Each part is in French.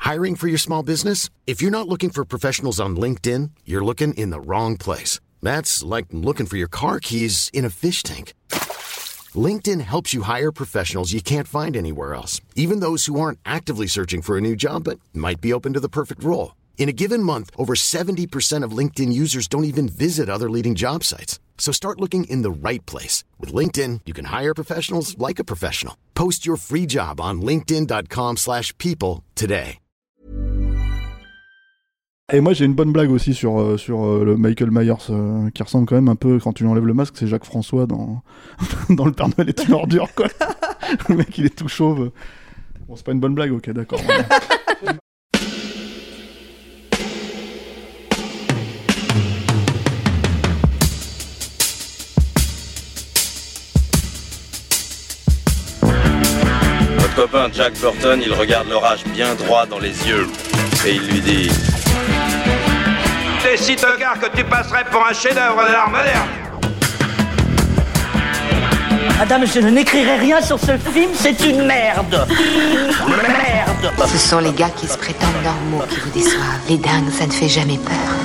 Hiring for your small business? If you're not looking for professionals on LinkedIn, you're looking in the wrong place. That's like looking for your car keys in a fish tank. LinkedIn helps you hire professionals you can't find anywhere else, even those who aren't actively searching for a new job but might be open to the perfect role. In a given month, over 70% of LinkedIn users don't even visit other leading job sites. So start looking in the right place. With LinkedIn, you can hire professionals like a professional. Post your free job on linkedin.com/people today. Et moi j'ai une bonne blague aussi sur le Michael Myers qui ressemble quand même un peu, quand tu lui enlèves le masque, c'est Jacques François dans le Père Noël est une ordure, quoi. Le mec il est tout chauve. Bon, c'est pas une bonne blague, ok, d'accord. Votre copain Jack Burton, il regarde l'orage bien droit dans les yeux et il lui dit: T'es si tocard que tu passerais pour un chef-d'œuvre de l'art moderne. Madame, je n'écrirai rien sur ce film, c'est une merde. Merde. Ce sont les gars qui se prétendent normaux qui vous déçoivent. Les dingues, ça ne fait jamais peur.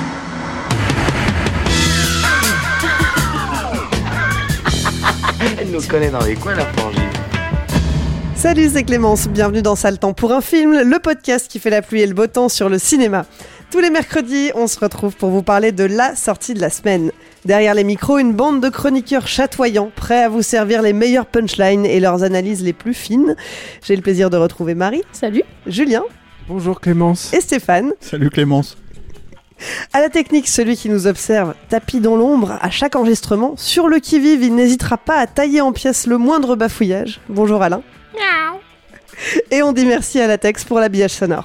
Elle nous connaît dans les coins, la frangine. Salut, c'est Clémence, bienvenue dans Sale Temps pour un film, le podcast qui fait la pluie et le beau temps sur le cinéma. Tous les mercredis, on se retrouve pour vous parler de la sortie de la semaine. Derrière les micros, une bande de chroniqueurs chatoyants, prêts à vous servir les meilleures punchlines et leurs analyses les plus fines. J'ai le plaisir de retrouver Marie. Salut. Julien. Bonjour Clémence. Et Stéphane. Salut Clémence. À la technique, celui qui nous observe, tapis dans l'ombre, à chaque enregistrement, sur le qui-vive, il n'hésitera pas à tailler en pièces le moindre bafouillage. Bonjour Alain. Miaou. Et on dit merci à Latex pour l'habillage sonore.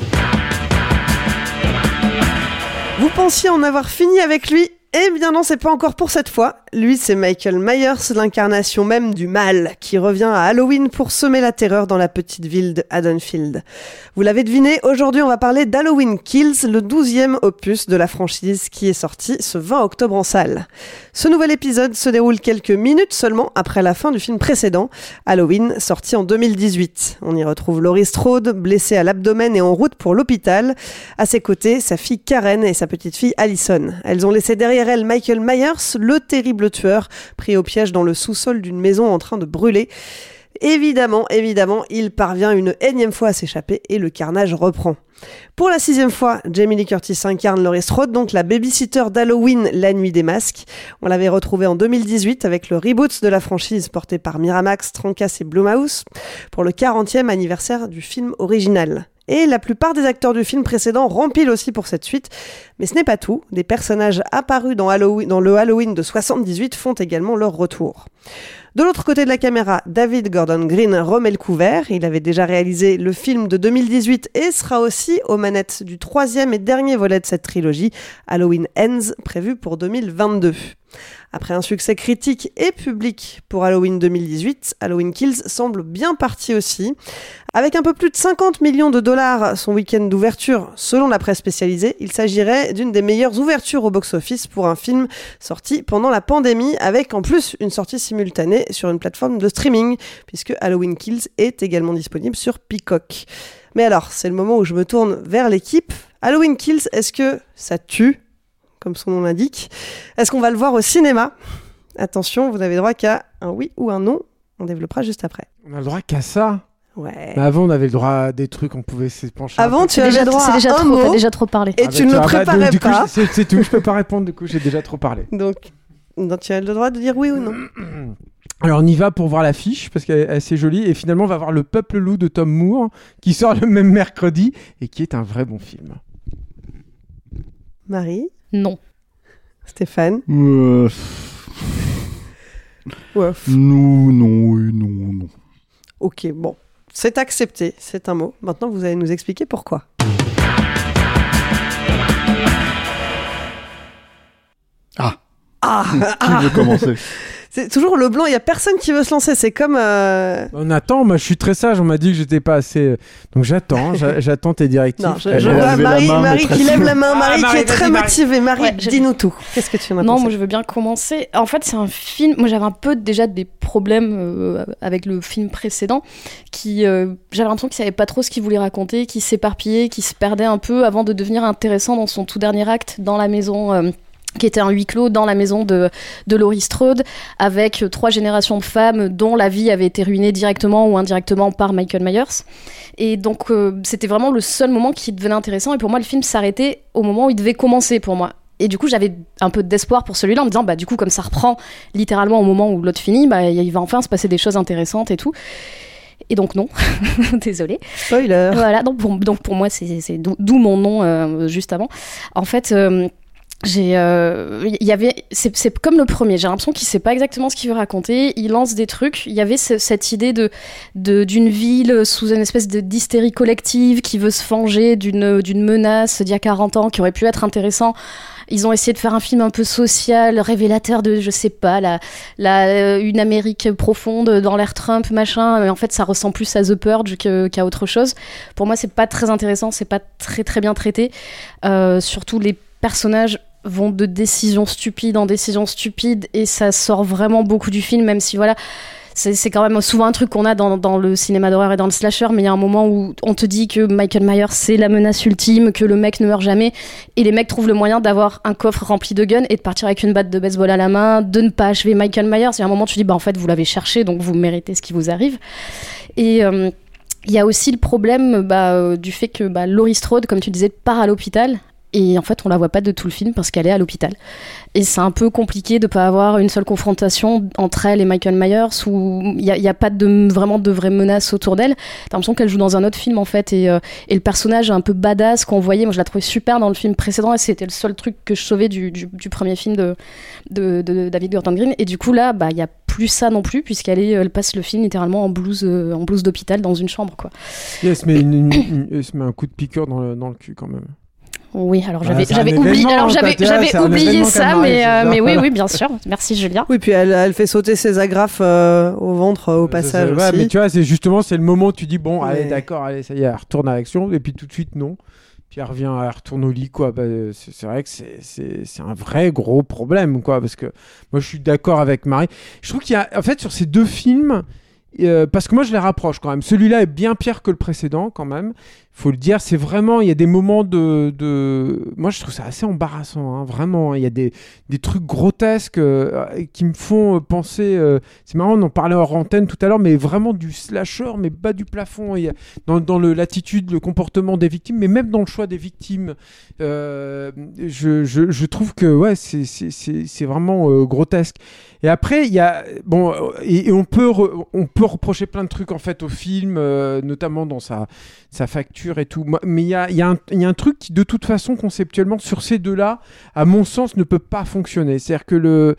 Vous pensiez en avoir fini avec lui ? Eh bien non, c'est pas encore pour cette fois. Lui, c'est Michael Myers, l'incarnation même du mal, qui revient à Halloween pour semer la terreur dans la petite ville de Haddonfield. Vous l'avez deviné, aujourd'hui on va parler d'Halloween Kills, le 12e opus de la franchise qui est sorti ce 20 octobre en salle. Ce nouvel épisode se déroule quelques minutes seulement après la fin du film précédent, Halloween, sorti en 2018. On y retrouve Laurie Strode, blessée à l'abdomen et en route pour l'hôpital. À ses côtés, sa fille Karen et sa petite fille Allison. Elles ont laissé derrière elle Michael Myers, le terrible tueur, pris au piège dans le sous-sol d'une maison en train de brûler. Évidemment, il parvient une énième fois à s'échapper et le carnage reprend. Pour la 6e fois, Jamie Lee Curtis incarne Laurie Strode, donc la babysitter d'Halloween, La Nuit des Masques. On l'avait retrouvée en 2018 avec le reboot de la franchise porté par Miramax, Trancas et Blumhouse pour le 40e anniversaire du film original. Et la plupart des acteurs du film précédent rempilent aussi pour cette suite. Mais ce n'est pas tout. Des personnages apparus dans le Halloween de 78 font également leur retour. De l'autre côté de la caméra, David Gordon Green remet le couvert. Il avait déjà réalisé le film de 2018 et sera aussi aux manettes du 3e et dernier volet de cette trilogie, Halloween Ends, prévu pour 2022. Après un succès critique et public pour Halloween 2018, Halloween Kills semble bien parti aussi. Avec un peu plus de 50 millions de dollars son week-end d'ouverture, selon la presse spécialisée, il s'agirait d'une des meilleures ouvertures au box-office pour un film sorti pendant la pandémie, avec en plus une sortie simultanée sur une plateforme de streaming, puisque Halloween Kills est également disponible sur Peacock. Mais alors, c'est le moment où je me tourne vers l'équipe. Halloween Kills, est-ce que ça tue ? Comme son nom l'indique. Est-ce qu'on va le voir au cinéma ? Attention, vous n'avez droit qu'à un oui ou un non. On développera juste après. On a le droit qu'à ça ? Ouais. Mais avant, on avait le droit à des trucs, on pouvait se pencher. Avant, tu avais le droit à un mot. T'as déjà trop parlé. Et tu ne le préparais du coup, pas. C'est tout, je peux pas répondre, du coup, j'ai déjà trop parlé. Donc, tu as le droit de dire oui ou non. Alors, on y va pour voir l'affiche, parce qu'elle est assez jolie. Et finalement, on va voir Le Peuple Loup de Tom Moore, qui sort le même mercredi, et qui est un vrai bon film. Marie ? Non. Stéphane ? Non. Ok, bon. C'est accepté, c'est un mot. Maintenant, vous allez nous expliquer pourquoi. Qui veut commencer ? C'est toujours le blanc, il y a personne qui veut se lancer, c'est comme... On attend, moi je suis très sage, on m'a dit que j'étais pas assez... Donc j'attends tes directives. Non, je vois Marie qui lève la main, Marie qui est très motivée. Marie, dis-nous tout. Qu'est-ce que tu en as pensé ? Non, moi je veux bien commencer. En fait, c'est un film... Moi j'avais un peu déjà des problèmes avec le film précédent, j'avais l'impression qu'il savait pas trop ce qu'il voulait raconter, qu'il s'éparpillait, qu'il se perdait un peu avant de devenir intéressant dans son tout dernier acte, dans la maison... qui était un huis clos dans la maison de Laurie Strode, avec 3 générations de femmes dont la vie avait été ruinée directement ou indirectement par Michael Myers. Et donc, c'était vraiment le seul moment qui devenait intéressant. Et pour moi, le film s'arrêtait au moment où il devait commencer, pour moi. Et du coup, j'avais un peu d'espoir pour celui-là, en me disant, du coup, comme ça reprend littéralement au moment où l'autre finit, il va enfin se passer des choses intéressantes et tout. Et donc non, désolée. Spoiler. Voilà, donc pour moi, c'est d'où mon nom juste avant. En fait... c'est comme le premier, j'ai l'impression qu'il sait pas exactement ce qu'il veut raconter, il lance des trucs, il y avait cette idée d'une ville sous une espèce d'hystérie collective qui veut se venger d'une menace d'il y a 40 ans qui aurait pu être intéressant. Ils ont essayé de faire un film un peu social, révélateur de, je sais pas, une Amérique profonde dans l'ère Trump, machin, mais en fait ça ressemble plus à The Purge qu'à autre chose. Pour moi c'est pas très intéressant, c'est pas très très bien traité, surtout les personnages vont de décision stupide en décision stupide et ça sort vraiment beaucoup du film, même si voilà, c'est quand même souvent un truc qu'on a dans le cinéma d'horreur et dans le slasher, mais il y a un moment où on te dit que Michael Myers c'est la menace ultime, que le mec ne meurt jamais, et les mecs trouvent le moyen d'avoir un coffre rempli de guns et de partir avec une batte de baseball à la main, de ne pas achever Michael Myers. Il y a un moment où tu dis en fait vous l'avez cherché donc vous méritez ce qui vous arrive. Et il y a aussi le problème du fait que Laurie Strode, comme tu disais, part à l'hôpital. Et en fait, on la voit pas de tout le film parce qu'elle est à l'hôpital. Et c'est un peu compliqué de pas avoir une seule confrontation entre elle et Michael Myers où il y a pas vraiment de vraie menace autour d'elle. T'as l'impression qu'elle joue dans un autre film en fait. Et le personnage un peu badass qu'on voyait, moi je la trouvais super dans le film précédent et c'était le seul truc que je sauvais du premier film de David Gordon Green. Et du coup là, il y a plus ça non plus puisqu'elle passe le film littéralement en blouse d'hôpital dans une chambre quoi. Et elle se met un coup de piqueur dans le cul quand même. Oui, alors j'avais oublié ça, mais oui, bien sûr. Merci Julien. Oui, puis elle fait sauter ses agrafes au ventre au passage aussi. Ouais, mais tu vois, c'est le moment où tu dis allez, d'accord, allez, ça y est, elle retourne à l'action, et puis tout de suite non. Puis elle retourne au lit quoi. C'est vrai que c'est un vrai gros problème quoi, parce que moi je suis d'accord avec Marie. Je trouve qu'il y a en fait sur ces deux films. Parce que moi je les rapproche quand même. Celui-là est bien pire que le précédent quand même. Faut le dire, c'est vraiment, il y a des moments moi je trouve ça assez embarrassant, hein, vraiment. Il y a des trucs grotesques qui me font penser. C'est marrant, on en parlait hors antenne tout à l'heure, mais vraiment du slasher, mais bas du plafond. Il y a, dans l'attitude, le comportement des victimes, mais même dans le choix des victimes. Je trouve que ouais, c'est vraiment grotesque. Et après, il y a et on peut reprocher plein de trucs en fait au film, notamment dans sa facture et tout. Mais il y a un truc qui, de toute façon, conceptuellement, sur ces deux-là, à mon sens, ne peut pas fonctionner. C'est-à-dire que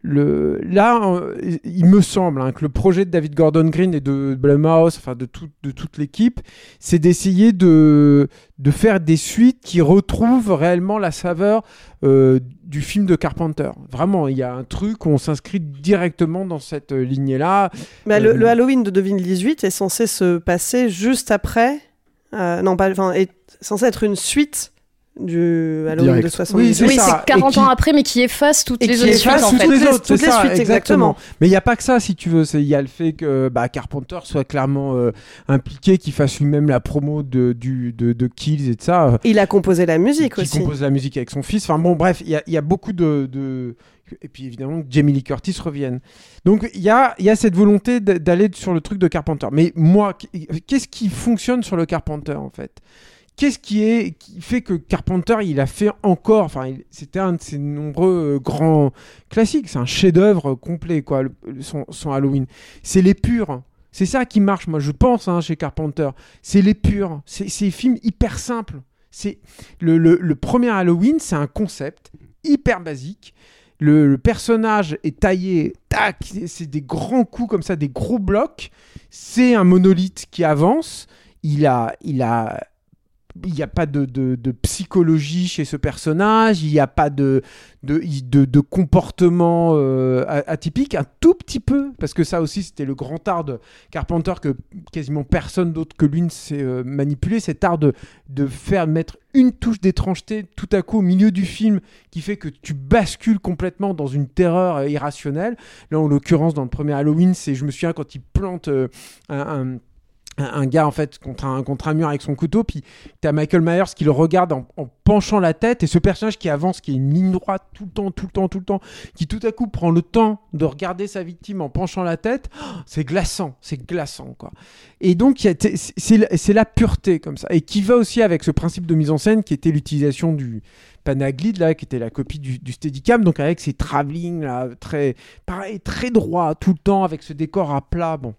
il me semble que le projet de David Gordon Green et de Blumhouse, enfin de toute l'équipe, c'est d'essayer de faire des suites qui retrouvent réellement la saveur du film de Carpenter. Vraiment, il y a un truc où on s'inscrit directement dans cette lignée-là. Mais le Halloween de 2018 est censé se passer juste après. Est censé être une suite du Halloween de 78. Oui, c'est 40 ans après, mais qui efface toutes les autres suites, en fait. Toutes les suites, exactement. Mais il n'y a pas que ça, si tu veux. Il y a le fait que Carpenter soit clairement impliqué, qu'il fasse lui-même la promo de Kills et de ça. Il a composé la musique aussi. Il compose la musique avec son fils. Enfin bon, bref, il y a beaucoup de... Et puis évidemment, Jamie Lee Curtis revienne. Donc il y a cette volonté d'aller sur le truc de Carpenter. Mais moi, qu'est-ce qui fonctionne sur le Carpenter, en fait ? Qu'est-ce qui fait que Carpenter, il a fait encore... Enfin, c'était un de ses nombreux grands classiques. C'est un chef-d'œuvre complet, quoi, son Halloween. C'est l'épure. C'est ça qui marche, moi, je pense, chez Carpenter. C'est l'épure. C'est des films hyper simples. C'est le premier Halloween, c'est un concept hyper basique. Le personnage est taillé, tac, c'est des grands coups comme ça, des gros blocs. C'est un monolithe qui avance. Il a de psychologie chez ce personnage, il n'y a pas de comportement atypique, un tout petit peu, parce que ça aussi c'était le grand art de Carpenter que quasiment personne d'autre que lui ne sait manipuler, cet art de faire mettre une touche d'étrangeté tout à coup au milieu du film qui fait que tu bascules complètement dans une terreur irrationnelle. Là en l'occurrence dans le premier Halloween, je me souviens quand il plante un gars en fait contre un mur avec son couteau, puis t'as Michael Myers qui le regarde en penchant la tête, et ce personnage qui avance, qui est une ligne droite tout le temps, qui tout à coup prend le temps de regarder sa victime en penchant la tête, c'est glaçant quoi. Et donc c'est la pureté comme ça, et qui va aussi avec ce principe de mise en scène qui était l'utilisation du Panaglide là, qui était la copie du Steadicam, donc avec ces travelling là, très droit tout le temps, avec ce décor à plat, bon.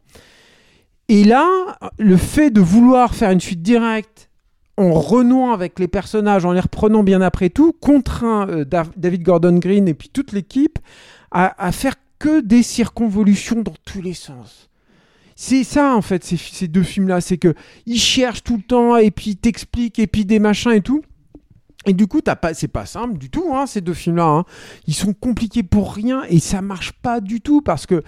Et là, le fait de vouloir faire une suite directe en renouant avec les personnages, en les reprenant bien après tout, contraint David Gordon Green et puis toute l'équipe à faire que des circonvolutions dans tous les sens. C'est ça, en fait, ces deux films-là. C'est qu'ils cherchent tout le temps, et puis ils t'expliquent, et puis des machins et tout. Et du coup, c'est pas simple du tout, hein, ces deux films-là. Hein. Ils sont compliqués pour rien, et ça marche pas du tout, parce que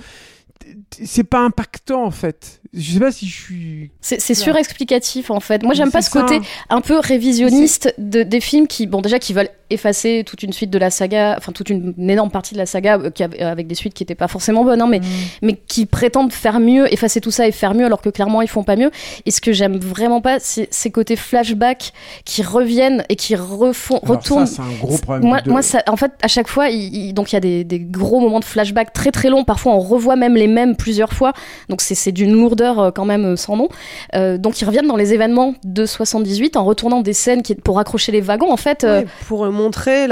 c'est pas impactant en fait. Je sais pas si je suis. C'est surexplicatif en fait. Moi j'aime pas ce côté un peu révisionniste des films qui veulent effacer toute une suite de la saga, enfin toute une énorme partie de la saga avec des suites qui étaient pas forcément bonnes, hein, mais qui prétendent faire mieux, effacer tout ça et faire mieux alors que clairement ils font pas mieux. Et ce que j'aime vraiment pas, c'est ces côtés flashback qui reviennent et qui retournent. Ça, c'est un gros problème. Moi ça, en fait, à chaque fois, donc il y a des gros moments de flashback très très longs. Parfois on revoit même les mêmes plusieurs fois. Donc c'est d'une lourdeur quand même sans nom. Donc ils reviennent dans les événements de 78 en retournant des scènes pour accrocher les wagons en fait. Pour montrer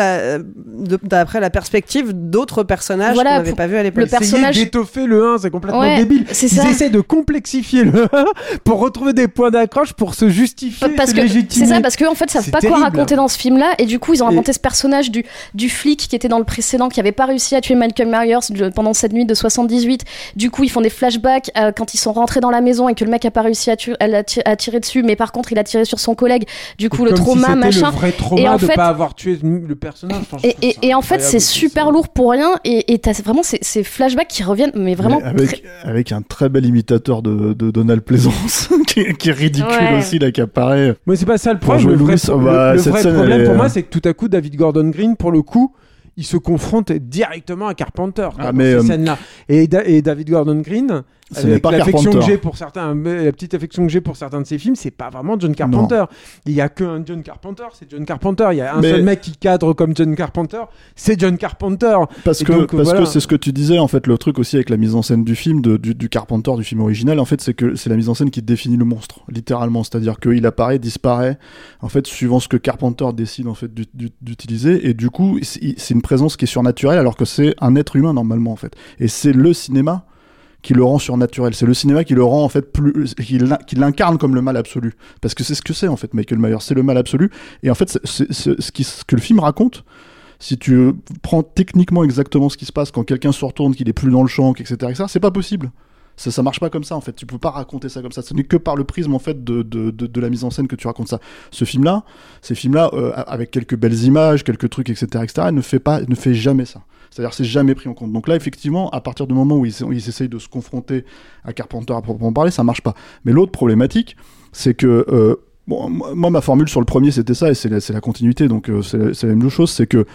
d'après la perspective d'autres personnages qu'on n'avait pas vu à l'époque. Le personnage d'étoffer le 1, c'est complètement débile. Ils essaient de complexifier le 1 pour retrouver des points d'accroche pour se justifier, se légitimer. C'est ça, parce qu'en fait, ils savent pas quoi raconter dans ce film-là, et du coup, ils ont inventé ce personnage du flic qui était dans le précédent, qui avait pas réussi à tuer Michael Myers pendant cette nuit de 78. Du coup, ils font des flashbacks quand ils sont rentrés dans la maison et que le mec a pas réussi à tirer dessus, mais par contre, il a tiré sur son collègue. Du coup, le trauma, si machin. Le vrai trauma et en de fait, pas avoir tué le personnage. Et en fait, c'est super lourd pour rien, et t'as vraiment ces flashbacks qui reviennent, mais vraiment. Avec un très bel imitateur de Donald Pleasance, qui est ridicule aussi, là, qui apparaît. Mais c'est pas ça le problème. Le vrai problème pour moi, c'est que tout à coup, David Gordon Green, pour le coup, il se confronte directement à Carpenter dans ces scènes-là. Et David Gordon Green, avec l'affection que j'ai pour certains, la petite affection que j'ai pour certains de ses films, c'est pas vraiment John Carpenter. Non. Il y a qu'un John Carpenter, c'est John Carpenter. Il y a un seul mec qui cadre comme John Carpenter, c'est John Carpenter. Parce que c'est ce que tu disais, en fait, le truc aussi avec la mise en scène du film, du Carpenter, du film original, en fait, c'est que c'est la mise en scène qui définit le monstre, littéralement. C'est-à-dire qu'il apparaît, disparaît, en fait, suivant ce que Carpenter décide, en fait, d'utiliser. Et du coup, c'est une présence qui est surnaturelle, alors que c'est un être humain, normalement, en fait. Et c'est le cinéma qui le rend surnaturel. C'est le cinéma qui le rend en fait qui l'incarne comme le mal absolu. Parce que c'est ce que c'est en fait Michael Myers, c'est le mal absolu. Et en fait, ce que le film raconte, si tu prends techniquement exactement ce qui se passe quand quelqu'un se retourne, qu'il est plus dans le champ, etc., c'est pas possible. Ça marche pas comme ça en fait. Tu peux pas raconter ça comme ça. Ce n'est que par le prisme en fait de la mise en scène que tu racontes ça. Ces films-là, avec quelques belles images, quelques trucs, etc., ne fait jamais ça. C'est-à-dire, c'est jamais pris en compte. Donc là, effectivement, à partir du moment où ils essayent de se confronter à Carpenter à proprement parler, ça marche pas. Mais l'autre problématique, c'est que moi, ma formule sur le premier, c'était ça, et c'est la continuité. Donc c'est la même chose, c'est que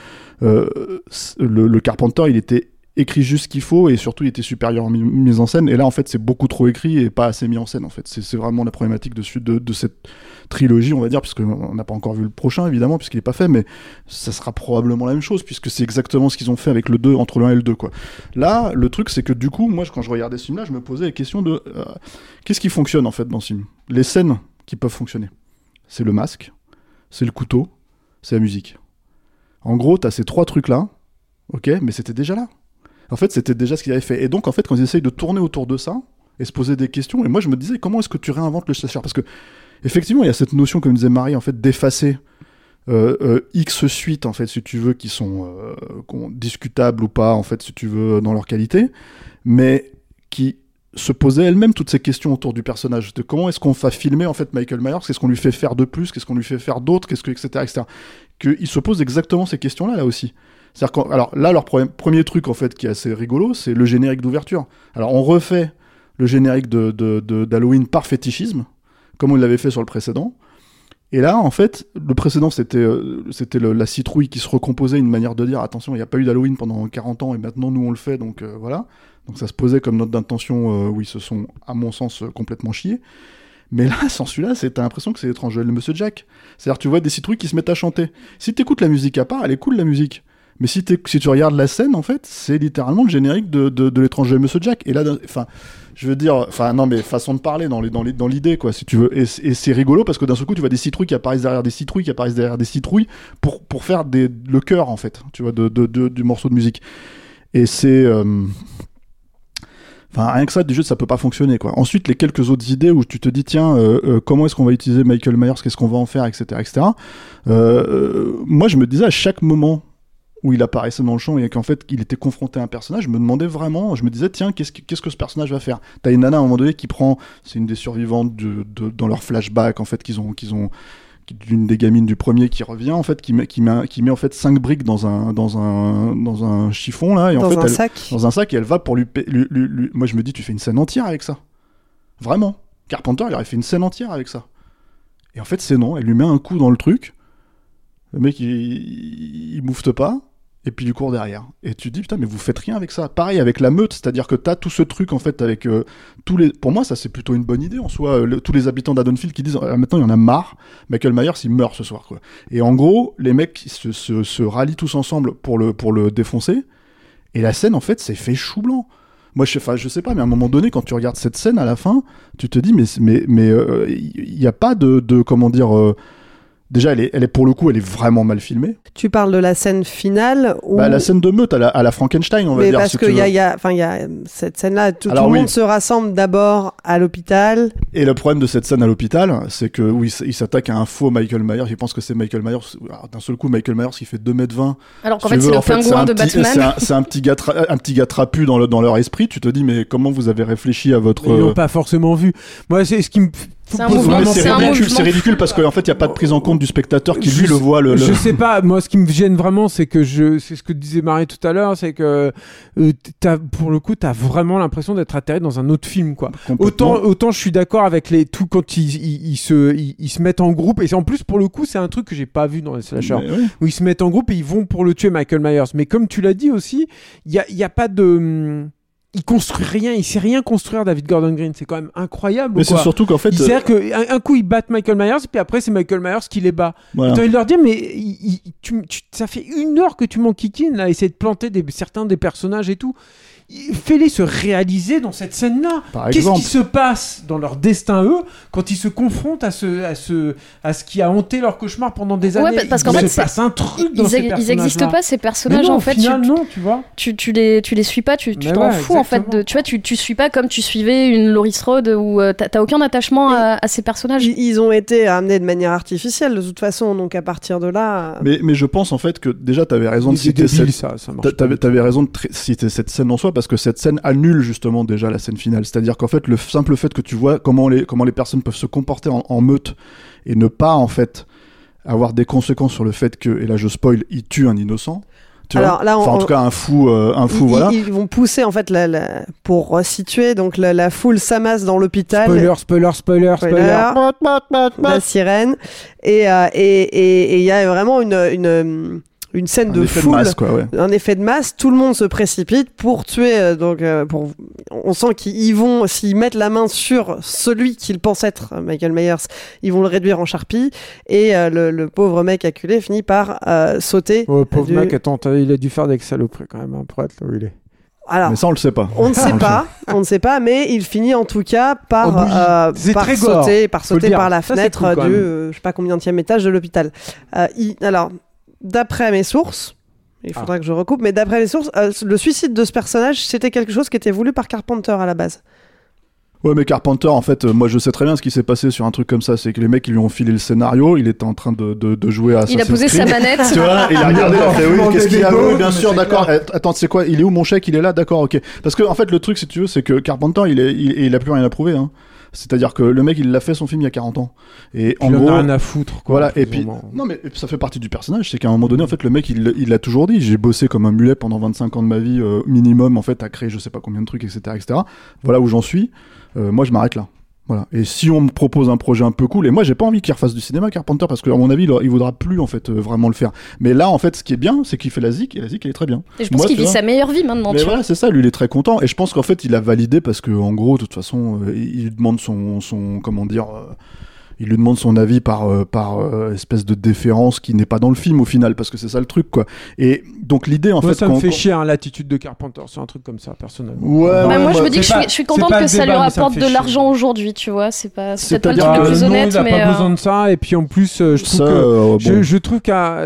le Carpenter, il était écrit juste ce qu'il faut, et surtout il était supérieur en mise en scène, et là en fait c'est beaucoup trop écrit et pas assez mis en scène en fait. C'est vraiment la problématique de cette trilogie, on va dire, puisqu'on n'a pas encore vu le prochain évidemment, puisqu'il n'est pas fait, mais ça sera probablement la même chose, puisque c'est exactement ce qu'ils ont fait avec le 2, entre le 1 et le 2 quoi. Là, le truc c'est que du coup, moi quand je regardais ce film là, je me posais la question de qu'est-ce qui fonctionne en fait dans ce film. Les scènes qui peuvent fonctionner, c'est le masque, c'est le couteau, c'est la musique. En gros, t'as ces trois trucs là, ok, mais c'était déjà là. En fait, c'était déjà ce qu'ils avaient fait. Et donc, en fait, quand ils essayent de tourner autour de ça et se poser des questions, et moi, je me disais, comment est-ce que tu réinventes le slasher ? Parce que, effectivement, il y a cette notion, comme disait Marie, en fait, d'effacer X suites, en fait, si tu veux, qui sont discutables ou pas, en fait, si tu veux, dans leur qualité, mais qui se posait elle-même toutes ces questions autour du personnage, de comment est-ce qu'on va filmer en fait Michael Myers, qu'est-ce qu'on lui fait faire de plus, qu'est-ce qu'on lui fait faire d'autre, etc. Qu'il se pose exactement ces questions-là, là aussi. C'est-à-dire alors là, leur premier truc en fait qui est assez rigolo, c'est le générique d'ouverture. Alors on refait le générique d'Halloween par fétichisme, comme on l'avait fait sur le précédent. Et là, en fait, le précédent, c'était la citrouille qui se recomposait, une manière de dire, attention, il n'y a pas eu d'Halloween pendant 40 ans, et maintenant, nous, on le fait, donc voilà. Donc ça se posait comme note d'intention où ils se sont, à mon sens, complètement chiés. Mais là, sans celui-là, t'as l'impression que c'est l'étrange Noël de Monsieur Jack. C'est-à-dire, tu vois des citrouilles qui se mettent à chanter. Si t'écoutes la musique à part, elle est cool, la musique. Mais si tu regardes la scène, en fait, c'est littéralement le générique de l'étrange Noël de Monsieur Jack. Et là, je veux dire, non, mais façon de parler dans l'idée, quoi, si tu veux. Et c'est rigolo parce que d'un seul coup, tu vois des citrouilles qui apparaissent derrière des citrouilles, pour faire le cœur, en fait, tu vois, du morceau de musique. Et c'est, rien que ça, du jeu, ça peut pas fonctionner, quoi. Ensuite, les quelques autres idées où tu te dis, tiens, comment est-ce qu'on va utiliser Michael Myers, qu'est-ce qu'on va en faire, etc., etc. Moi, je me disais à chaque moment où il apparaissait dans le champ et qu'en fait il était confronté à un personnage, je me disais tiens, qu'est-ce que ce personnage va faire. T'as une nana à un moment donné qui prend, c'est une des survivantes dans leur flashback en fait qu'ils ont d'une des gamines du premier qui revient en fait, qui met en fait 5 briques dans un chiffon là, et en fait dans un sac, et elle va pour lui moi je me dis, tu fais une scène entière avec ça, vraiment. Carpenter il aurait fait une scène entière avec ça, et en fait c'est non, elle lui met un coup dans le truc, le mec il moufte pas, et puis il court derrière. Et tu te dis, putain, mais vous faites rien avec ça. Pareil avec la meute, c'est-à-dire que t'as tout ce truc, en fait, avec pour moi, ça, c'est plutôt une bonne idée, en soi. Tous les habitants d'Haddonfield qui disent, maintenant, il y en a marre, Michael Myers, il meurt ce soir, quoi. Et en gros, les mecs se rallient tous ensemble pour le défoncer. Et la scène, en fait, c'est fait chou blanc. Moi, je sais pas, mais à un moment donné, quand tu regardes cette scène, à la fin, tu te dis, mais il y a pas de comment dire... Déjà, elle est pour le coup, elle est vraiment mal filmée. Tu parles de la scène finale où... la scène de meute à la Frankenstein, on va dire. Mais parce qu'il y a cette scène-là, tout le monde se rassemble d'abord à l'hôpital. Et le problème de cette scène à l'hôpital, c'est que il s'attaque à un faux Michael Myers. Il pense que c'est Michael Myers. Alors, d'un seul coup, Michael Myers qui fait 2m20. Alors qu'en fait, c'est le pingouin de Batman. C'est un petit gars trapu dans leur esprit. Tu te dis, mais comment vous avez réfléchi à votre... Ils l'ont pas forcément vu. Moi, c'est ce qui me... C'est ridicule parce qu'en fait il y a pas de prise en compte du spectateur qui lui le voit. Je sais pas, moi ce qui me gêne vraiment c'est que c'est ce que disait Marie tout à l'heure, c'est que pour le coup t'as vraiment l'impression d'être atterri dans un autre film, quoi. Autant je suis d'accord avec quand ils se mettent en groupe, et en plus pour le coup c'est un truc que j'ai pas vu dans les slashers, où ils se mettent en groupe et ils vont pour le tuer, Michael Myers. Mais comme tu l'as dit aussi, il y a pas de... Il construit rien, il sait rien construire, David Gordon Green, c'est quand même incroyable. Mais c'est surtout qu'en fait, c'est-à-dire qu'un coup ils battent Michael Myers, puis après c'est Michael Myers qui les bat. Voilà. T'as envie de leur dire, mais ça fait 1 heure que tu m'enquiquines là, essayer de planter certains des personnages et tout. Fais-les se réaliser dans cette scène-là. Qu'est-ce qui se passe dans leur destin, eux, quand ils se confrontent à ce qui a hanté leur cauchemar pendant des années? Parce qu'en fait, il se passe un truc dans ces personnages-là. Ils n'existent pas, ces personnages, en fait. Non, tu vois. Tu les suis pas, tu t'en fous, en fait. Tu vois, tu suis pas comme tu suivais une Laurie Strode, où t'as aucun attachement à ces personnages. Ils ont été amenés de manière artificielle, de toute façon, donc à partir de là... Mais je pense, en fait, que déjà, t'avais raison de citer t'avais raison de citer cette scène en soi, parce que cette scène annule justement déjà la scène finale. C'est-à-dire qu'en fait, le simple fait que tu vois comment les personnes peuvent se comporter en meute et ne pas en fait avoir des conséquences sur le fait que, et là je spoil, ils tuent un innocent. Alors là, en tout cas un fou, voilà. Ils vont pousser en fait pour situer, donc la foule s'amasse dans l'hôpital. Spoiler. La sirène, et il y a vraiment une scène de foule, masse, quoi, ouais. Un effet de masse, tout le monde se précipite pour tuer, on sent qu'ils vont, s'ils mettent la main sur celui qu'ils pensent être Michael Myers, ils vont le réduire en charpie, et le pauvre mec acculé finit par sauter. Oh, pauvre mec, attends, il a dû faire des saloperies quand même, pour être là où il est. Alors, mais ça on le sait pas. On ne sait pas, mais il finit en tout cas par sauter par la fenêtre du je sais pas combienième étage de l'hôpital. Alors, d'après mes sources, il faudra que je recoupe, mais d'après mes sources, le suicide de ce personnage, c'était quelque chose qui était voulu par Carpenter à la base. Ouais, mais Carpenter, en fait, moi je sais très bien ce qui s'est passé sur un truc comme ça. C'est que les mecs, ils lui ont filé le scénario, il était en train de jouer à Il a posé sa manette. Tu vois, il a regardé, il a fait oui, qu'est-ce qu'il y a? Oui, bien sûr, d'accord. Attends, c'est quoi? Il est où mon chèque? Il est là, d'accord, ok. Parce que, en fait, le truc, si tu veux, c'est que Carpenter, il a plus rien à prouver, hein. C'est-à-dire que le mec, il l'a fait son film il y a 40 ans. Et en gros, il en a rien à foutre, quoi. Voilà, et puis, non, mais ça fait partie du personnage. C'est qu'à un moment donné, en fait, le mec, il l'a toujours dit. J'ai bossé comme un mulet pendant 25 ans de ma vie, minimum, en fait, à créer je sais pas combien de trucs, etc., etc. Voilà où j'en suis. Moi, je m'arrête là. Voilà. Et si on me propose un projet un peu cool, et moi j'ai pas envie qu'il refasse du cinéma Carpenter parce que à mon avis il voudra plus en fait vraiment le faire. Mais là en fait ce qui est bien c'est qu'il fait la zik et la zik elle est très bien. Et je pense qu'il vit sa meilleure vie maintenant. Mais voilà c'est ça, lui il est très content et je pense qu'en fait il a validé parce que en gros de toute façon il demande son comment dire il lui demande son avis par espèce de déférence qui n'est pas dans le film au final parce que c'est ça le truc quoi. Et donc l'idée en fait ça me fait chier l'attitude de Carpenter, c'est un truc comme ça personnellement. Ouais, moi je me dis que je suis contente que ça lui rapporte de l'argent aujourd'hui, tu vois, c'est peut-être pas le truc le plus honnête non, il a mais pas besoin de ça et puis en plus je trouve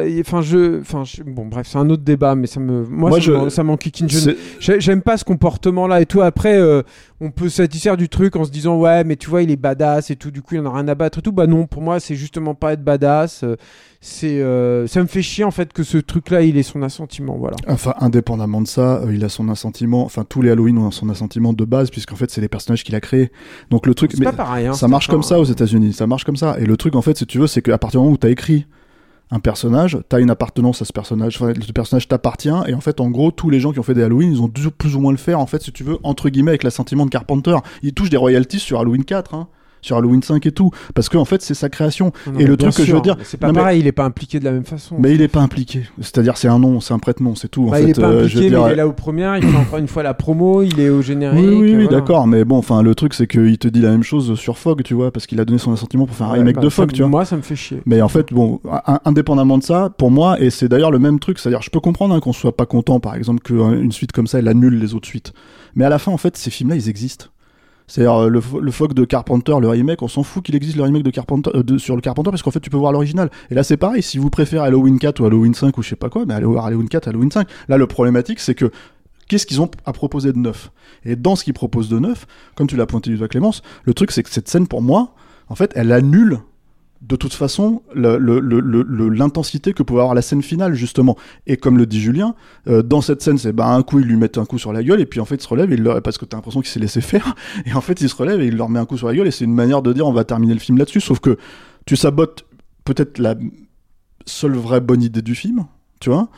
bon bref, c'est un autre débat mais ça m'enquiquine. J'aime pas ce comportement là et tout. Après on peut satisfaire du truc en se disant ouais mais tu vois il est badass et tout, du coup il en a rien à battre et tout. Bah non, pour moi c'est justement pas être badass, ça me fait chier en fait que ce truc là il ait son assentiment, voilà. Enfin indépendamment de ça il a son assentiment, enfin tous les Halloween ont son assentiment de base puisqu'en fait c'est les personnages qu'il a créés, donc le truc c'est pas pareil, hein, ça marche comme ça aux États-Unis, ça marche comme ça. Et le truc en fait si tu veux c'est qu'à partir du moment où t'as écrit un personnage, t'as une appartenance à ce personnage, enfin, le personnage t'appartient, et en fait, en gros, tous les gens qui ont fait des Halloween, ils ont dû plus ou moins le faire, en fait, si tu veux, entre guillemets, avec l'assentiment de Carpenter. Ils touchent des royalties sur Halloween 4, hein. Sur Halloween 5 et tout, parce que en fait c'est sa création. Non, et le truc que je veux dire, c'est pas pareil, il est pas impliqué de la même façon. Mais il est pas impliqué, c'est-à-dire c'est un nom, c'est un prête-nom, c'est tout. En fait, il est pas impliqué, mais il est là aux premières, il fait encore une fois la promo, il est au générique. Oui, voilà. D'accord, mais bon, enfin le truc c'est qu'il te dit la même chose sur Fog, tu vois, parce qu'il a donné son assentiment pour faire un remake de Fog, tu vois. Moi ça me fait chier. Mais en fait, bon, indépendamment de ça, pour moi, et c'est d'ailleurs le même truc, c'est-à-dire je peux comprendre qu'on soit pas content, par exemple, qu'une suite comme ça elle annule les autres suites, mais à la fin en fait ces films-là ils existent. C'est-à-dire le Fog de Carpenter, le remake, on s'en fout qu'il existe le remake de Carpenter sur le Carpenter parce qu'en fait tu peux voir l'original. Et là c'est pareil, si vous préférez Halloween 4 ou Halloween 5 ou je sais pas quoi, mais allez voir Halloween 4, Halloween 5. Là le problématique c'est que qu'est-ce qu'ils ont à proposer de neuf? Et dans ce qu'ils proposent de neuf, comme tu l'as pointé du doigt Clémence, le truc c'est que cette scène pour moi, en fait elle annule de toute façon l'intensité que pouvait avoir la scène finale justement. Et comme le dit Julien, dans cette scène c'est un coup ils lui mettent un coup sur la gueule et puis en fait il se relève parce que t'as l'impression qu'il s'est laissé faire et en fait il se relève et il leur met un coup sur la gueule et c'est une manière de dire on va terminer le film là-dessus, sauf que tu sabotes peut-être la seule vraie bonne idée du film, tu vois.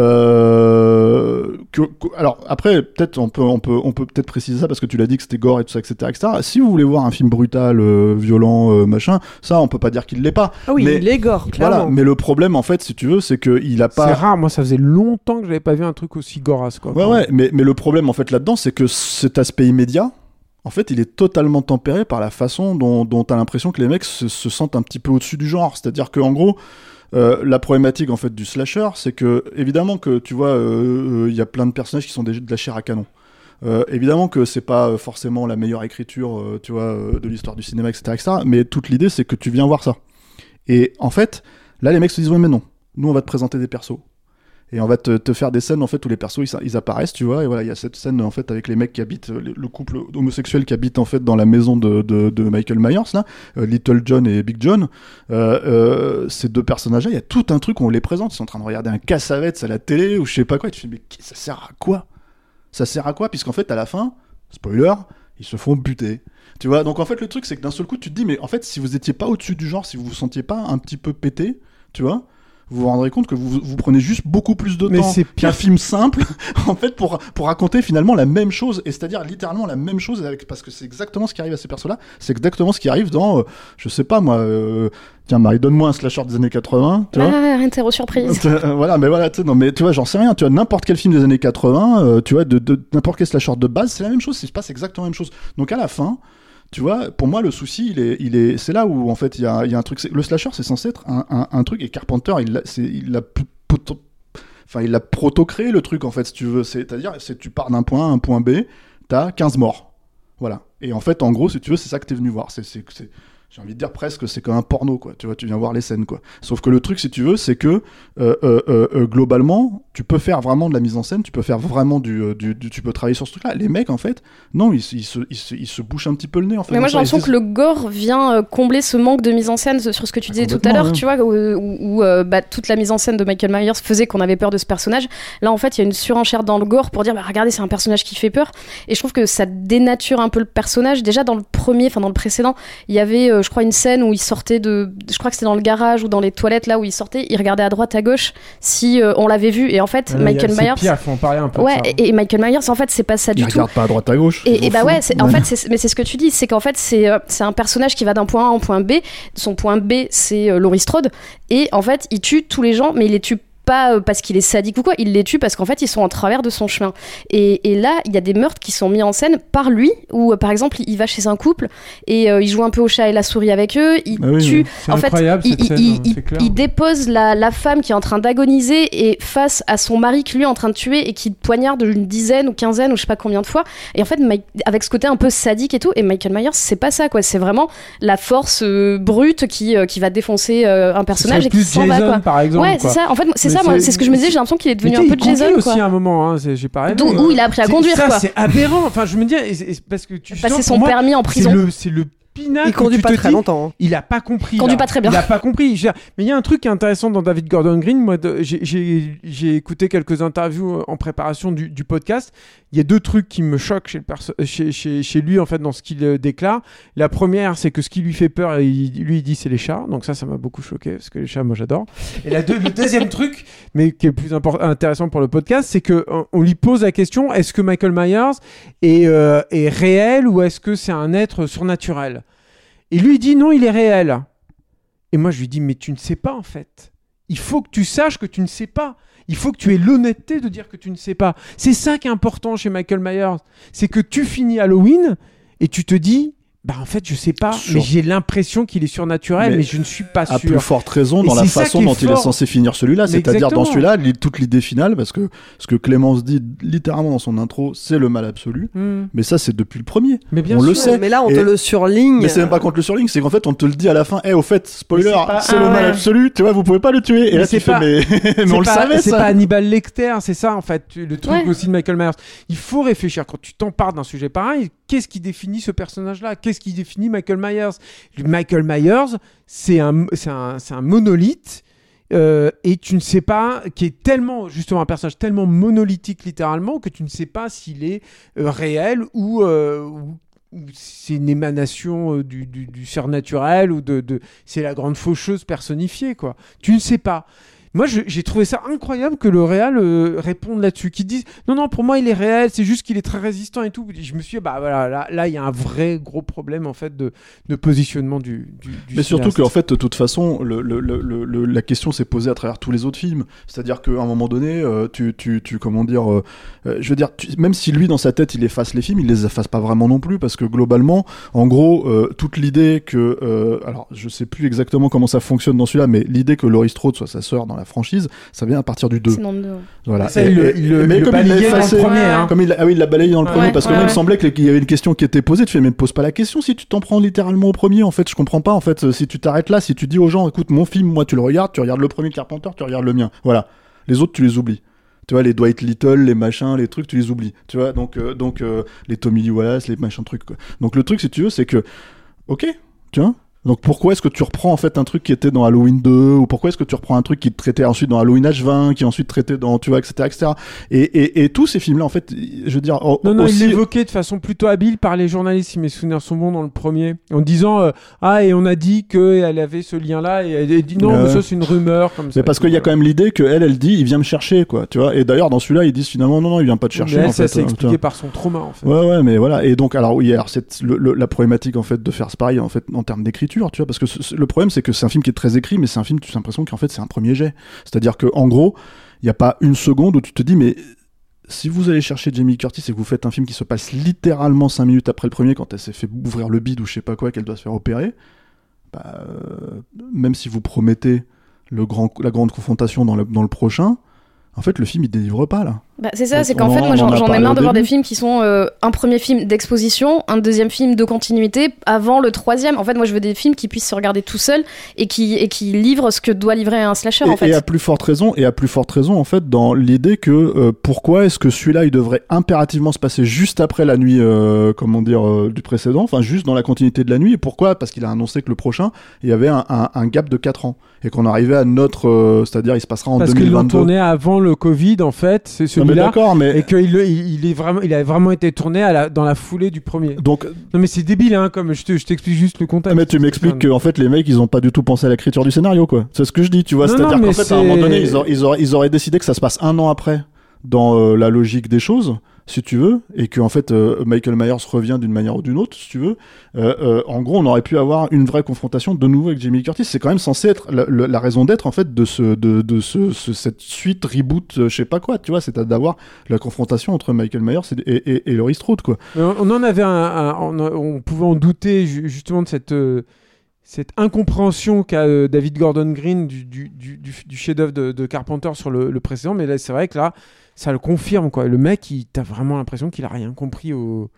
Alors après peut-être on peut peut-être préciser ça parce que tu l'as dit que c'était gore et tout ça, etc. Si vous voulez voir un film brutal, violent, machin, ça on peut pas dire qu'il l'est pas. Ah oui, mais, il est gore, clairement. Voilà, mais le problème en fait si tu veux c'est que il a pas. C'est rare, moi ça faisait longtemps que j'avais pas vu un truc aussi gorasse quoi. Ouais, mais le problème en fait là-dedans c'est que cet aspect immédiat, en fait, il est totalement tempéré par la façon dont t'as l'impression que les mecs se sentent un petit peu au-dessus du genre. C'est-à-dire que en gros. La problématique en fait du slasher, c'est que évidemment que tu vois, il y a plein de personnages qui sont de la chair à canon. Évidemment que c'est pas forcément la meilleure écriture, tu vois, de l'histoire du cinéma, etc. Mais toute l'idée, c'est que tu viens voir ça. Et en fait, là, les mecs se disent ouais, mais non, nous on va te présenter des persos. Et on va te faire des scènes en fait où les persos ils apparaissent, tu vois, et voilà il y a cette scène en fait avec les mecs qui habitent, le couple homosexuel qui habite en fait dans la maison de Michael Myers là, Little John et Big John. Ces deux personnages là, il y a tout un truc où on les présente, ils sont en train de regarder un Cassavetes à la télé ou je sais pas quoi, et tu fais mais ça sert à quoi? Ça sert à quoi? Puisqu'en fait à la fin, spoiler, ils se font buter. Tu vois, donc en fait le truc c'est que d'un seul coup tu te dis mais en fait si vous étiez pas au-dessus du genre, si vous vous sentiez pas un petit peu pété, tu vois, vous vous rendrez compte que vous prenez juste beaucoup plus de temps qu'un film simple en fait pour raconter finalement la même chose, et c'est-à-dire littéralement la même chose parce que c'est exactement ce qui arrive à ces persos-là, c'est exactement ce qui arrive dans je sais pas moi tiens Marie, donne-moi un slasher des années 80, tu vois. Interro surprise. Voilà, mais voilà, tu sais, non mais tu vois, j'en sais rien, tu vois, n'importe quel film des années 80, tu vois, de n'importe quel slasher de base, c'est la même chose, il se passe exactement la même chose. Donc à la fin, tu vois, pour moi, le souci, c'est là où, en fait, il y a un truc. Le slasher, c'est censé être un truc, et Carpenter, il a proto-créé le truc, en fait, si tu veux. C'est-à-dire, tu pars d'un point A à un point B, t'as 15 morts. Voilà. Et en fait, en gros, si tu veux, c'est ça que t'es venu voir. j'ai envie de dire presque, c'est comme un porno, quoi. Tu vois, tu viens voir les scènes, quoi. Sauf que le truc, si tu veux, c'est que globalement, tu peux faire vraiment de la mise en scène, tu peux faire vraiment tu peux travailler sur ce truc-là. Les mecs, en fait, non, ils se bouchent un petit peu le nez, en fait. Mais moi, j'ai l'impression que le gore vient combler ce manque de mise en scène sur ce que tu disais tout à l'heure, tu vois, où toute la mise en scène de Michael Myers faisait qu'on avait peur de ce personnage. Là, en fait, il y a une surenchère dans le gore pour dire, regardez, c'est un personnage qui fait peur. Et je trouve que ça dénature un peu le personnage. Déjà, dans le précédent, il y avait, je crois, une scène où il sortait je crois que c'était dans le garage ou dans les toilettes, là où il sortait, il regardait à droite, à gauche, si on l'avait vu. Et en fait, Michael Myers. C'est pire, faut en parler un peu. Ouais, et Michael Myers, en fait, c'est pas ça du tout. Il regarde pas à droite, à gauche. Et bah ouais, en fait, mais c'est ce que tu dis, c'est qu'en fait, c'est un personnage qui va d'un point A en point B. Son point B, c'est Laurie Strode. Et en fait, il tue tous les gens, mais il les tue pas parce qu'il est sadique ou quoi, il les tue parce qu'en fait ils sont en travers de son chemin. Et là, il y a des meurtres qui sont mis en scène par lui, où par exemple il va chez un couple et il joue un peu au chat et la souris avec eux, il tue. En fait, il dépose la femme qui est en train d'agoniser et face à son mari qui lui est en train de tuer et qui poignarde une dizaine ou quinzaine ou je sais pas combien de fois. Et en fait, avec ce côté un peu sadique et tout, et Michael Myers, c'est pas ça, quoi. C'est vraiment la force brute qui va défoncer un personnage et qui s'en va, quoi. Par exemple, ouais, c'est ça. En fait, c'est ça. Moi, c'est ce que je me disais, j'ai l'impression qu'il est devenu un peu Jason, quoi. Aussi à un moment, j'ai pas rêvé. Où il a appris à conduire, ça, quoi. C'est aberrant. Enfin, je me dis, parce que tu passer son permis en prison. C'est le pinacle. Il conduit pas très longtemps. Il a pas compris. Il conduit pas très bien. Il a pas compris. Mais il y a un truc qui est intéressant dans David Gordon Green. Moi, j'ai écouté quelques interviews en préparation du podcast. Il y a deux trucs qui me choquent chez lui, en fait, dans ce qu'il déclare. La première, c'est que ce qui lui fait peur, il dit c'est les chats. Donc ça m'a beaucoup choqué, parce que les chats, moi, j'adore. Et le deuxième truc, mais qui est plus intéressant pour le podcast, c'est qu'on lui pose la question, est-ce que Michael Myers est réel ou est-ce que c'est un être surnaturel ? Et lui, il dit non, il est réel. Et moi, je lui dis, mais tu ne sais pas, en fait. Il faut que tu saches que tu ne sais pas. Il faut que tu aies l'honnêteté de dire que tu ne sais pas. C'est ça qui est important chez Michael Myers. C'est que tu finis Halloween et tu te dis, en fait, je sais pas, mais j'ai l'impression qu'il est surnaturel, mais je ne suis pas sûr. À plus forte raison dans la façon dont il est censé finir celui-là, c'est-à-dire dans celui-là, toute l'idée finale, parce que ce que Clémence dit littéralement dans son intro, c'est le mal absolu, mais ça c'est depuis le premier. Mais bien on sûr. le sait. Mais là, on te le surligne. Mais c'est même pas qu'on te le surligne, c'est qu'en fait, on te le dit à la fin, au fait, spoiler, c'est le mal absolu, tu vois, vous pouvez pas le tuer. Et là, tu fais, mais on le savait, ça. C'est pas Hannibal Lecter, c'est ça, en fait, le truc aussi de Michael Myers. Il faut réfléchir, quand tu t'empares d'un sujet pareil, qu'est-ce qui définit ce personnage-là ? Qu'est-ce qui définit Michael Myers ? Michael Myers, c'est un monolithe et tu ne sais pas, qui est tellement, justement, un personnage tellement monolithique littéralement que tu ne sais pas s'il est réel ou c'est une émanation du surnaturel ou c'est la grande faucheuse personnifiée, quoi. Tu ne sais pas. Moi, j'ai trouvé ça incroyable que le réal réponde là-dessus, qu'ils disent non, pour moi il est réel, c'est juste qu'il est très résistant et tout. Je me suis dit, voilà, là il y a un vrai gros problème en fait de positionnement du mais surtout qu'en fait, de toute façon, la question s'est posée à travers tous les autres films. C'est-à-dire qu'à un moment donné, comment dire, je veux dire, même si lui dans sa tête il efface les films, il les efface pas vraiment non plus, parce que globalement, en gros, toute l'idée que, alors je sais plus exactement comment ça fonctionne dans celui-là, mais l'idée que Laurie Strode soit sa sœur dans la franchise, ça vient à partir du 2. C'est dans le 2. Voilà. Ça, mais comme il l'a effacé dans le premier, hein. Il l'a balayé dans le premier, parce que moi il me semblait qu'il y avait une question qui était posée. Tu fais, mais ne pose pas la question si tu t'en prends littéralement au premier. En fait, je comprends pas. En fait, si tu t'arrêtes là, si tu dis aux gens, écoute, mon film, moi tu le regardes, tu regardes le premier Carpenter, tu regardes le mien. Voilà. Les autres, tu les oublies. Tu vois, les Dwight Little, les machins, les trucs, tu les oublies. Tu vois, donc les Tommy Lee Wallace, les machins trucs, quoi. Donc le truc, si tu veux, c'est que, ok, tu vois. Donc pourquoi est-ce que tu reprends en fait un truc qui était dans Halloween 2, ou pourquoi est-ce que tu reprends un truc qui traitait ensuite dans Halloween H20, qui est ensuite traité dans, tu vois, etc. Et tous ces films-là, en fait, je veux dire, non, aussi... il l'évoquait de façon plutôt habile par les journalistes, si mes souvenirs sont bons, dans le premier, en disant et on a dit qu'elle avait ce lien-là, et elle dit non, mais ça c'est une rumeur comme ça. Mais parce qu'il y a quand même l'idée qu'elle dit, il vient me chercher, quoi, tu vois. Et d'ailleurs dans celui-là, ils disent finalement non, il vient pas te chercher. Mais elle, en fait, c'est expliqué par son trauma, en fait. Ouais, mais voilà. Et donc alors oui, alors c'est la problématique en fait de faire pareil en fait en termes d'écriture, tu vois, parce que le problème, c'est que c'est un film qui est très écrit, mais c'est un film, tu as l'impression qu'en fait, c'est un premier jet. C'est-à-dire qu'en gros, il n'y a pas une seconde où tu te dis, mais si vous allez chercher Jamie Lee Curtis et que vous faites un film qui se passe littéralement 5 minutes après le premier, quand elle s'est fait ouvrir le bide ou je sais pas quoi, qu'elle doit se faire opérer, même si vous promettez la grande confrontation dans le prochain, en fait, le film, il délivre pas, là. Bah, c'est ça, c'est qu'en fait, moi j'en ai marre de voir des films qui sont un premier film d'exposition, un deuxième film de continuité avant le troisième. En fait, moi je veux des films qui puissent se regarder tout seuls et qui livrent ce que doit livrer un slasher en fait. Et à plus forte raison en fait dans l'idée que pourquoi est-ce que celui-là il devrait impérativement se passer juste après la nuit du précédent, enfin juste dans la continuité de la nuit. Et pourquoi ? Parce qu'il a annoncé que le prochain il y avait un gap de 4 ans et qu'on arrivait à notre c'est-à-dire il se passera en 2022. Parce qu'ils l'ont tourné avant le Covid en fait, c'est celui-là. D'accord, mais... Et qu'il a vraiment été tourné dans la foulée du premier. Donc... Non mais c'est débile, hein, comme je t'explique juste le contexte. Mais tu m'expliques qu'en fait les mecs ils ont pas du tout pensé à l'écriture du scénario quoi. C'est ce que je dis, tu vois. C'est-à-dire qu'en fait à un moment donné ils auraient décidé que ça se passe 1 an après dans la logique des choses, si tu veux, et que en fait Michael Myers revient d'une manière ou d'une autre, si tu veux. En gros, on aurait pu avoir une vraie confrontation de nouveau avec Jamie Lee Curtis. C'est quand même censé être la raison d'être en fait de cette suite reboot, je sais pas quoi, tu vois, c'est d'avoir la confrontation entre Michael Myers et Laurie Strode, quoi. On en avait on pouvait en douter justement de cette incompréhension qu'a David Gordon Green du chef-d'œuvre de Carpenter sur le précédent, mais là c'est vrai que là ça le confirme quoi. Le mec, t'as vraiment l'impression qu'il a rien compris au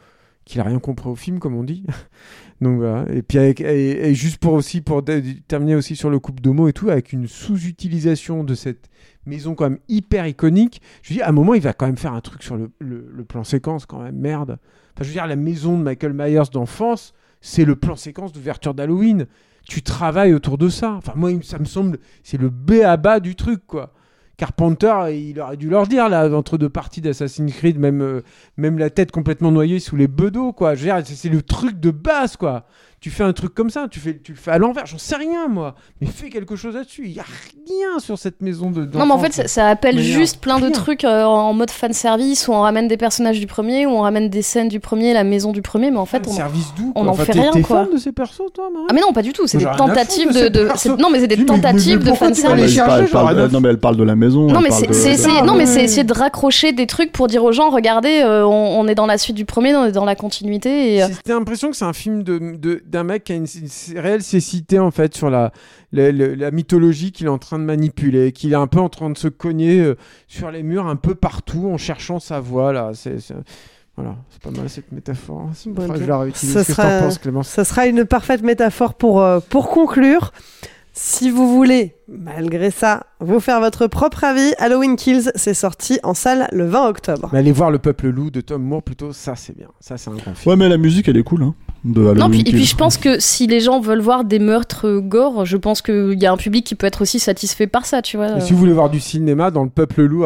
film comme on dit. Donc voilà. Et puis et juste pour terminer aussi sur le couple d'homo et tout, avec une sous-utilisation de cette maison quand même hyper iconique. Je veux dire, à un moment il va quand même faire un truc sur le plan séquence quand même, merde. Enfin je veux dire, la maison de Michael Myers d'enfance, c'est le plan séquence d'ouverture d'Halloween. Tu travailles autour de ça. Enfin, moi, ça me semble, c'est le b.a.-ba du truc, quoi. Carpenter, il aurait dû leur dire, là, entre deux parties d'Assassin's Creed, même la tête complètement noyée sous les bedeaux, quoi. Je veux dire, c'est le truc de base, quoi. Tu fais un truc comme ça, tu le fais à l'envers, j'en sais rien, moi. Mais fais quelque chose là-dessus. Il n'y a rien sur cette maison d'enfance. Non, mais en fait, ça appelle juste plein de trucs en mode fanservice, où on ramène des personnages du premier, où on ramène des scènes du premier, la maison du premier, mais en fait, on en fait rien, quoi. T'es fan de ces persos, toi, Marie ? Ah, mais non, pas du tout. C'est des tentatives non, mais c'est des tentatives de fanservice. Non, mais elle parle de la maison. Non, mais c'est essayer de raccrocher des trucs pour dire aux gens, regardez, on est dans la suite du premier, on est dans la continuité. Et... J'ai l'impression que c'est un film d'un mec qui a une réelle cécité en fait sur la mythologie qu'il est en train de manipuler, qu'il est un peu en train de se cogner sur les murs un peu partout en cherchant sa voie là. Voilà, c'est pas mal cette métaphore. Bon, je la réutilise. Qu'est-ce que t'en penses, Clémence ? Ça sera une parfaite métaphore pour conclure. Si vous voulez, malgré ça, vous faire votre propre avis, Halloween Kills, c'est sorti en salle le 20 octobre. Mais allez voir Le Peuple Loup de Tom Moore plutôt, ça c'est bien. Ça c'est un grand film. Ouais, mais la musique elle est cool, hein. Et puis je pense que si les gens veulent voir des meurtres gore, je pense qu'il y a un public qui peut être aussi satisfait par ça, tu vois. Et si vous voulez voir du cinéma dans Le Peuple Loup,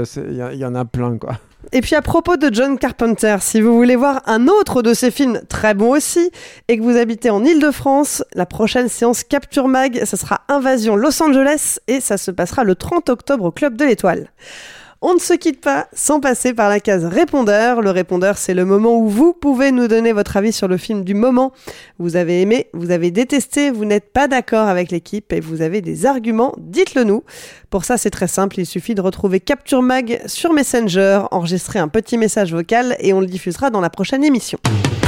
il y en a plein, quoi. Et puis à propos de John Carpenter, si vous voulez voir un autre de ses films très bon aussi, et que vous habitez en Ile-de-France, la prochaine séance Capture Mag, ça sera Invasion Los Angeles, et ça se passera le 30 octobre au Club de l'Étoile. On ne se quitte pas sans passer par la case répondeur. Le répondeur, c'est le moment où vous pouvez nous donner votre avis sur le film du moment. Vous avez aimé, vous avez détesté, vous n'êtes pas d'accord avec l'équipe et vous avez des arguments, dites-le nous. Pour ça, c'est très simple, il suffit de retrouver Capture Mag sur Messenger, enregistrer un petit message vocal et on le diffusera dans la prochaine émission.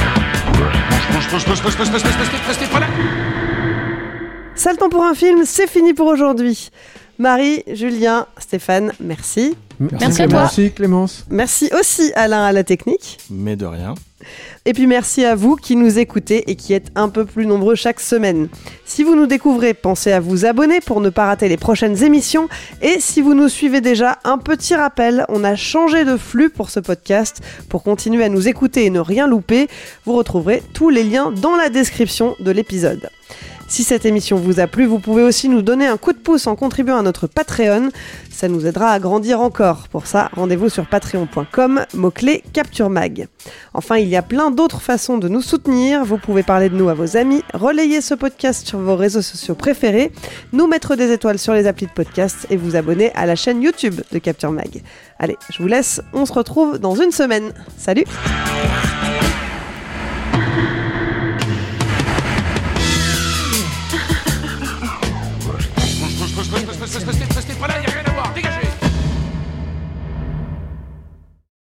Ça, le temps pour un film, c'est fini pour aujourd'hui. Marie, Julien, Stéphane, merci. Merci à toi. Merci Clémence. Merci aussi Alain à la technique. Mais de rien. Et puis merci à vous qui nous écoutez et qui êtes un peu plus nombreux chaque semaine. Si vous nous découvrez, pensez à vous abonner pour ne pas rater les prochaines émissions. Et si vous nous suivez déjà, un petit rappel, on a changé de flux pour ce podcast. Pour continuer à nous écouter et ne rien louper, vous retrouverez tous les liens dans la description de l'épisode. Si cette émission vous a plu, vous pouvez aussi nous donner un coup de pouce en contribuant à notre Patreon. Ça nous aidera à grandir encore. Pour ça, rendez-vous sur patreon.com, mot-clé Capture Mag. Enfin, il y a plein d'autres façons de nous soutenir. Vous pouvez parler de nous à vos amis, relayer ce podcast sur vos réseaux sociaux préférés, nous mettre des étoiles sur les applis de podcast et vous abonner à la chaîne YouTube de Capture Mag. Allez, je vous laisse, on se retrouve dans une semaine. Salut!